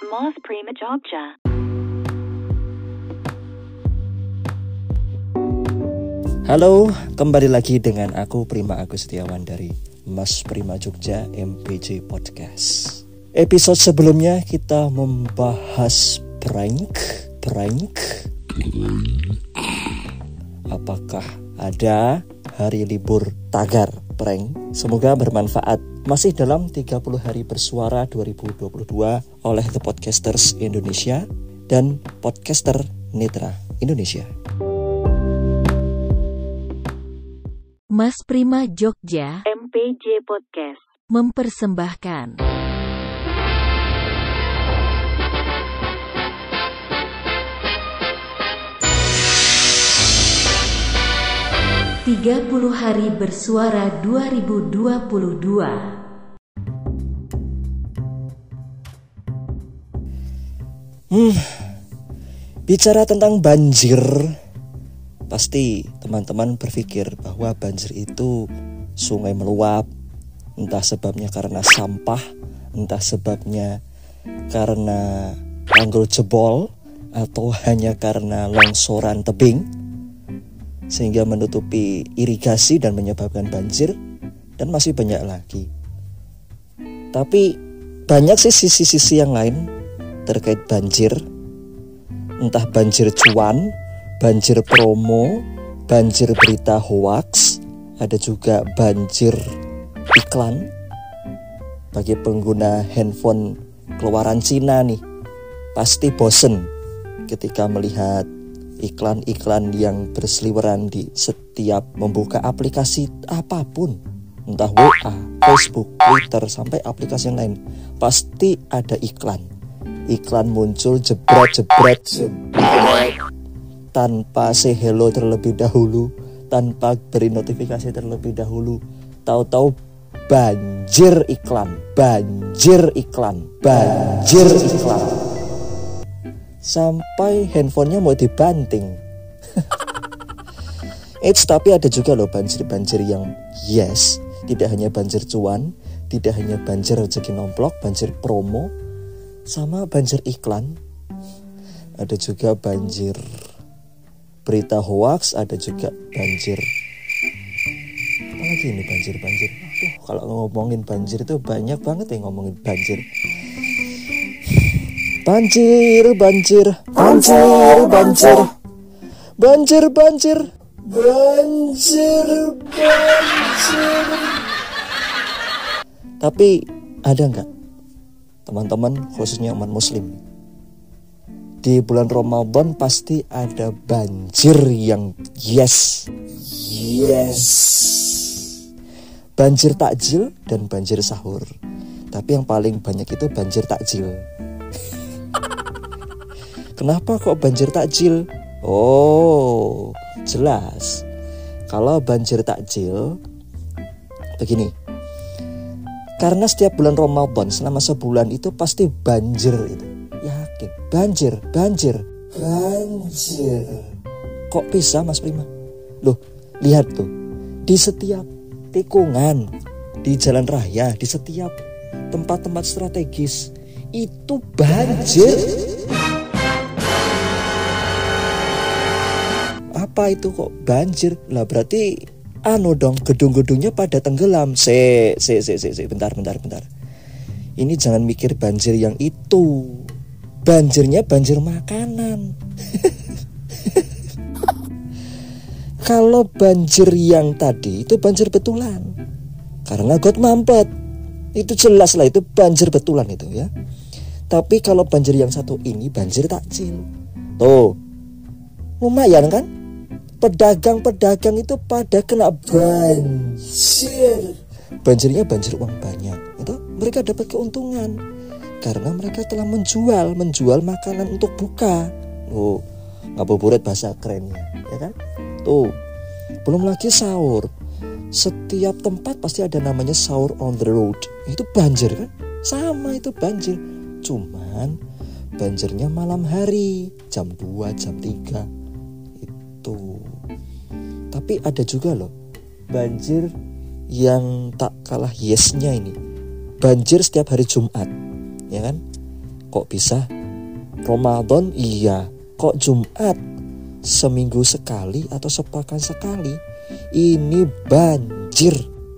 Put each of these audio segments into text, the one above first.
Mas Prima Jogja. Halo, kembali lagi dengan aku Prima Agus Setiawan dari Mas Prima Jogja MPJ Podcast. Episode sebelumnya kita membahas prank. Apakah ada hari libur tagar prank? Semoga bermanfaat. Masih dalam 30 hari bersuara 2022 oleh The Podcasters Indonesia dan Podcaster Netra Indonesia. Mas Prima Jogja MPJ Podcast mempersembahkan 30 hari bersuara 2022. Bicara tentang banjir, pasti teman-teman berpikir bahwa banjir itu sungai meluap, entah sebabnya karena sampah, entah sebabnya karena tanggul jebol, atau hanya karena longsoran tebing sehingga menutupi irigasi dan menyebabkan banjir, dan masih banyak lagi. Tapi banyak sih sisi-sisi yang lain terkait banjir, entah banjir cuan, banjir promo, banjir berita hoaks, ada juga banjir iklan. Bagi pengguna handphone keluaran Cina nih, pasti bosen ketika melihat iklan-iklan yang berseliweran di setiap membuka aplikasi apapun, entah WA, Facebook, Twitter, sampai aplikasi yang lain. Pasti ada iklan. Iklan muncul jebret tanpa say hello terlebih dahulu, tanpa beri notifikasi terlebih dahulu. Tahu-tahu banjir iklan. Sampai handphonenya mau dibanting. Tapi ada juga loh banjir-banjir yang tidak hanya banjir cuan, tidak hanya banjir rezeki nomplok, banjir promo, sama banjir iklan. Ada juga banjir berita hoaks, ada juga banjir. Apalagi ini banjir. Kalau ngomongin banjir itu banyak banget yang ngomongin banjir. Banjir. Tapi ada nggak teman-teman, khususnya umat muslim, di bulan Ramadan pasti ada banjir yang banjir takjil dan banjir sahur. Tapi yang paling banyak itu banjir takjil. Kenapa kok banjir takjil? Oh, jelas. Kalau banjir takjil begini. Karena setiap bulan Ramadan selama sebulan itu pasti banjir itu. Yakin, banjir. Kok bisa Mas Prima? Loh, lihat tuh. Di setiap tikungan, di jalan raya, di setiap tempat-tempat strategis itu banjir. Apa itu kok banjir? Lah berarti dong, gedung-gedungnya pada tenggelam. Bentar. Ini jangan mikir banjir yang itu. Banjirnya banjir makanan. Kalau banjir yang tadi itu banjir betulan. Karena got mampet. Itu jelas lah, itu banjir betulan itu ya. Tapi kalau banjir yang satu ini banjir takjil. Tuh, lumayan kan? Pedagang-pedagang itu pada kena banjir. Banjirnya banjir uang banyak. Itu mereka dapat keuntungan karena mereka telah menjual makanan untuk buka. Oh, ngabuburit bahasa kerennya, ya kan? Tuh, belum lagi sahur. Setiap tempat pasti ada namanya sahur on the road. Itu banjir kan? Sama itu banjir. Cuman banjirnya malam hari, jam 2, jam 3. Itu. Tapi ada juga loh banjir yang tak kalah yesnya ini. Banjir setiap hari Jumat, ya kan? Kok bisa? Ramadan iya. Kok Jumat? Seminggu sekali atau sepekan sekali? Ini banjir.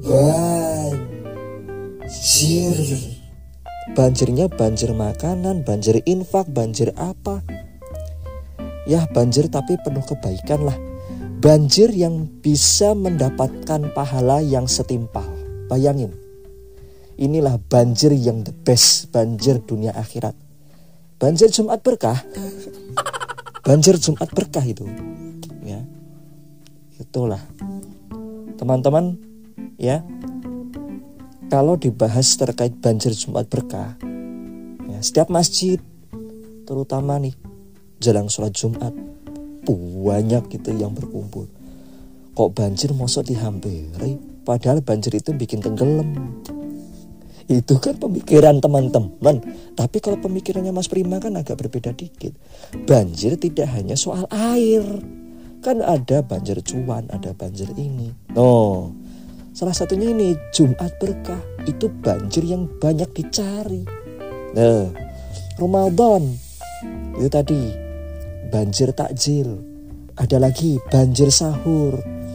Banjirnya banjir makanan, banjir infak, banjir apa? Ya banjir tapi penuh kebaikan lah. Banjir yang bisa mendapatkan pahala yang setimpal. Bayangin. Inilah banjir yang the best, banjir dunia akhirat. Banjir Jumat berkah. Banjir Jumat berkah itu. Ya. Itulah. Teman-teman, ya. Kalau dibahas terkait banjir Jumat berkah, ya, setiap masjid, terutama nih jelang sholat Jumat, banyak gitu yang berkumpul. Kok banjir mosok dihampiri, padahal banjir itu bikin tenggelam. Itu kan pemikiran teman-teman. Tapi kalau pemikirannya Mas Prima kan agak berbeda dikit. Banjir tidak hanya soal air, kan ada banjir cuan, ada banjir ini. No, salah satunya ini Jumat berkah. Itu banjir yang banyak dicari. Nah, Ramadan itu tadi banjir takjil. Ada lagi banjir sahur.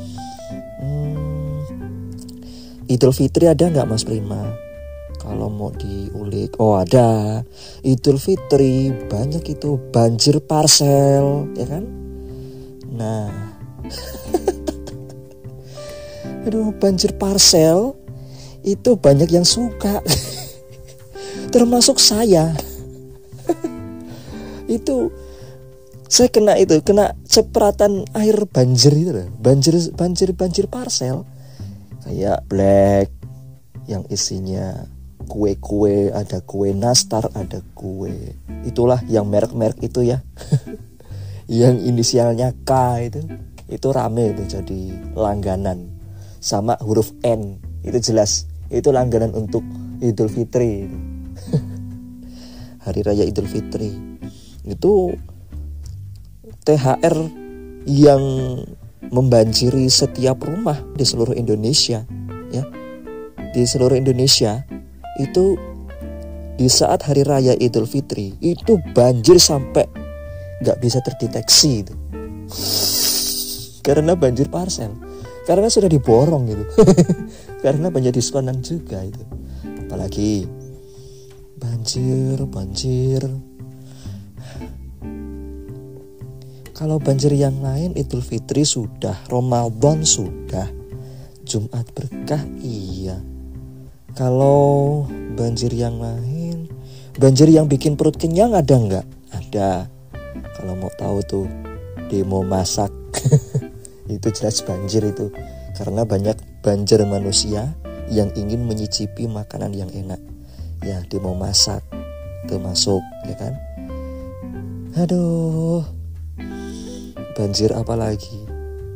Idul Fitri ada nggak Mas Prima? Kalau mau diulik, oh ada. Idul Fitri banyak itu banjir parcel, ya kan? Nah, aduh, banjir parcel itu banyak yang suka, termasuk saya. Itu saya kena cepratan air banjir itu loh. Banjir parcel kayak black yang isinya kue-kue, ada kue nastar, ada kue itulah yang merek-merek itu ya. Yang inisialnya K itu rame itu jadi langganan. Sama huruf N itu jelas itu langganan untuk Idul Fitri. Hari Raya Idul Fitri itu THR yang membanjiri setiap rumah di seluruh Indonesia, ya. Di seluruh Indonesia itu di saat Hari Raya Idul Fitri itu banjir sampai nggak bisa terdeteksi itu. Karena banjir parcel, karena sudah diborong gitu. Karena banyak diskonan juga itu. Apalagi banjir. Kalau banjir yang lain Idul Fitri sudah, Ramadan sudah, Jumat berkah iya. Kalau banjir yang lain, banjir yang bikin perut kenyang ada nggak? Ada. Kalau mau tahu tuh demo masak. Itu jelas banjir itu. Karena banyak banjir manusia yang ingin menyicipi makanan yang enak. Ya demo masak termasuk, ya kan? Aduh, banjir apa lagi?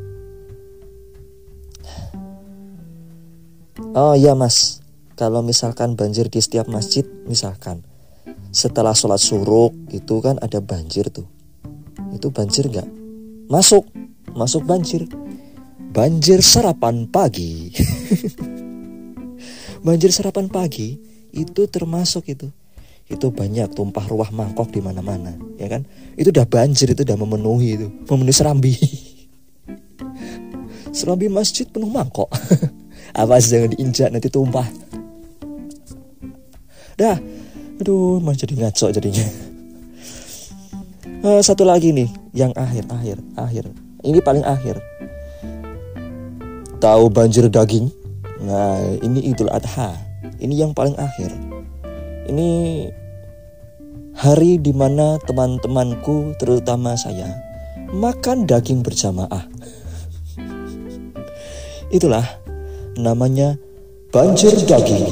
Oh iya Mas, kalau misalkan banjir di setiap masjid, misalkan setelah sholat syuruk itu kan ada banjir tuh. Itu banjir gak? Masuk banjir. Banjir sarapan pagi. Banjir sarapan pagi itu termasuk itu. Itu banyak tumpah ruah mangkok di mana-mana, ya kan? Itu udah banjir, itu udah memenuhi serambi. Serambi masjid penuh mangkok. Awas jangan diinjak nanti tumpah. Dah, aduh, mas jadi ngaco jadinya. Satu lagi nih, yang akhir. Ini paling akhir. Tahu banjir daging? Nah, ini Idul Adha. Ini yang paling akhir. Ini hari dimana teman-temanku, terutama saya, makan daging berjamaah. Itulah namanya banjir daging.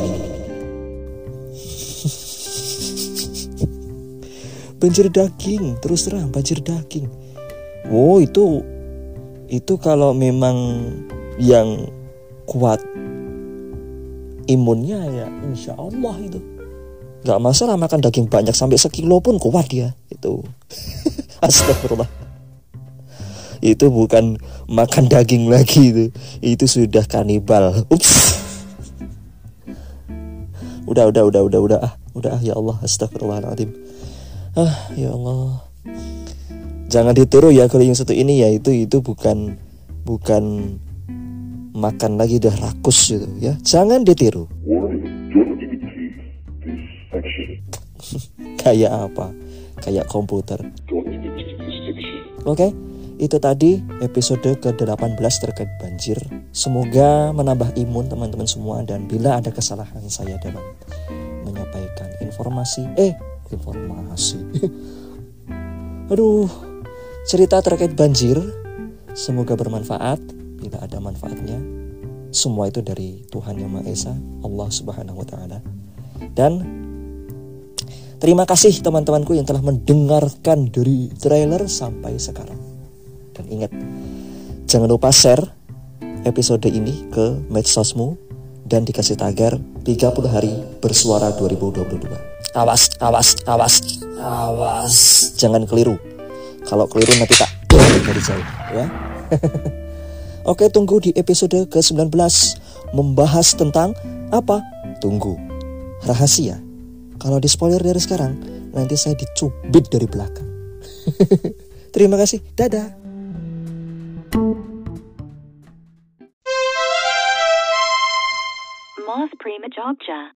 Banjir daging, terus terang banjir daging. Oh itu kalau memang yang kuat imunnya ya insya Allah itu nggak masalah makan daging banyak sampai sekilo pun kuat dia itu. Astagfirullah. Itu bukan makan daging lagi itu sudah kanibal. Ups. Udah ya Allah, astagfirullahaladzim. Ya Allah. Jangan ditiru ya kalau yang satu ini ya, itu bukan makan lagi udah rakus gitu ya. Jangan ditiru. Kayak apa? Kayak komputer. Oke, itu tadi episode ke-18 terkait banjir. Semoga menambah imun teman-teman semua, dan bila ada kesalahan saya dalam menyampaikan informasi cerita terkait banjir, semoga bermanfaat. Bila ada manfaatnya, semua itu dari Tuhan Yang Maha Esa, Allah Subhanahu wa Ta'ala. Dan terima kasih teman-temanku yang telah mendengarkan dari trailer sampai sekarang. Dan ingat, jangan lupa share episode ini ke medsosmu dan dikasih tagar 30 hari bersuara 2022. Awas. Jangan keliru. Kalau keliru nanti tak dari jauh ya. Oke, tunggu di episode ke-19 membahas tentang apa? Tunggu. Rahasia. Kalau di spoiler dari sekarang, nanti saya dicubit dari belakang. Terima kasih. Dadah. Mas Prima Jogja.